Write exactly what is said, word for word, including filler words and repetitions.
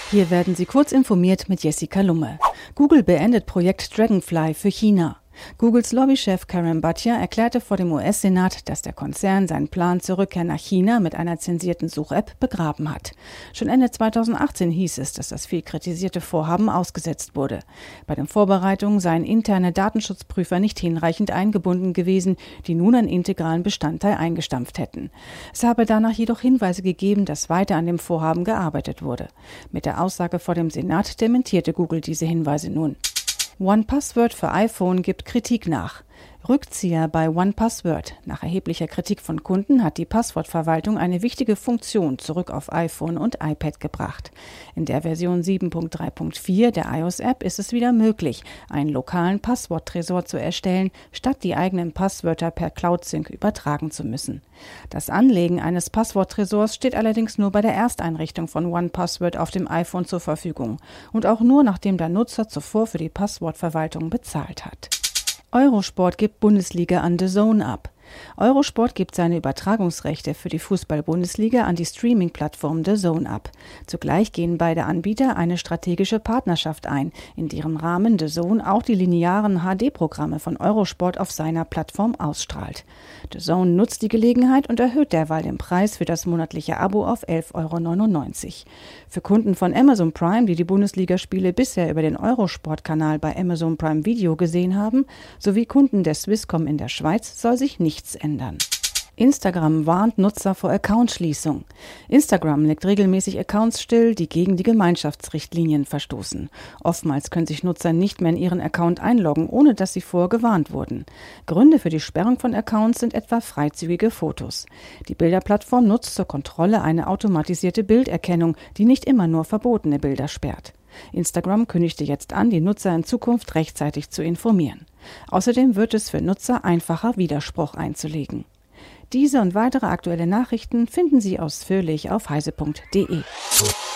Hier werden Sie kurz informiert mit Jessica Lumme. Google beendet Projekt Dragonfly für China. Googles Lobbychef Karan Bhatia erklärte vor dem U S-Senat, dass der Konzern seinen Plan zur Rückkehr nach China mit einer zensierten Such-App begraben hat. Schon Ende zweitausendachtzehn hieß es, dass das viel kritisierte Vorhaben ausgesetzt wurde. Bei den Vorbereitungen seien interne Datenschutzprüfer nicht hinreichend eingebunden gewesen, die nun einen integralen Bestandteil eingestampft hätten. Es habe danach jedoch Hinweise gegeben, dass weiter an dem Vorhaben gearbeitet wurde. Mit der Aussage vor dem Senat dementierte Google diese Hinweise nun. one Password für iPhone gibt Kritik nach. Rückzieher bei one Password. Nach erheblicher Kritik von Kunden hat die Passwortverwaltung eine wichtige Funktion zurück auf iPhone und iPad gebracht. In der Version sieben Punkt drei Punkt vier der iOS-App ist es wieder möglich, einen lokalen Passworttresor zu erstellen, statt die eigenen Passwörter per Cloud-Sync übertragen zu müssen. Das Anlegen eines Passworttresors steht allerdings nur bei der Ersteinrichtung von one Password auf dem iPhone zur Verfügung und auch nur, nachdem der Nutzer zuvor für die Passwortverwaltung bezahlt hat. Eurosport gibt Bundesliga an D A Z N ab. Eurosport gibt seine Übertragungsrechte für die Fußball-Bundesliga an die Streaming-Plattform D A Z N ab. Zugleich gehen beide Anbieter eine strategische Partnerschaft ein, in deren Rahmen D A Z N auch die linearen H D-Programme von Eurosport auf seiner Plattform ausstrahlt. D A Z N nutzt die Gelegenheit und erhöht derweil den Preis für das monatliche Abo auf elf Euro neunundneunzig. Für Kunden von Amazon Prime, die die Bundesligaspiele bisher über den Eurosport-Kanal bei Amazon Prime Video gesehen haben, sowie Kunden der Swisscom in der Schweiz, soll sich nichts ändern. Instagram warnt Nutzer vor Accountschließung. Instagram legt regelmäßig Accounts still, die gegen die Gemeinschaftsrichtlinien verstoßen. Oftmals können sich Nutzer nicht mehr in ihren Account einloggen, ohne dass sie vorher gewarnt wurden. Gründe für die Sperrung von Accounts sind etwa freizügige Fotos. Die Bilderplattform nutzt zur Kontrolle eine automatisierte Bilderkennung, die nicht immer nur verbotene Bilder sperrt. Instagram kündigte jetzt an, die Nutzer in Zukunft rechtzeitig zu informieren. Außerdem wird es für Nutzer einfacher, Widerspruch einzulegen. Diese und weitere aktuelle Nachrichten finden Sie ausführlich auf heise punkt de.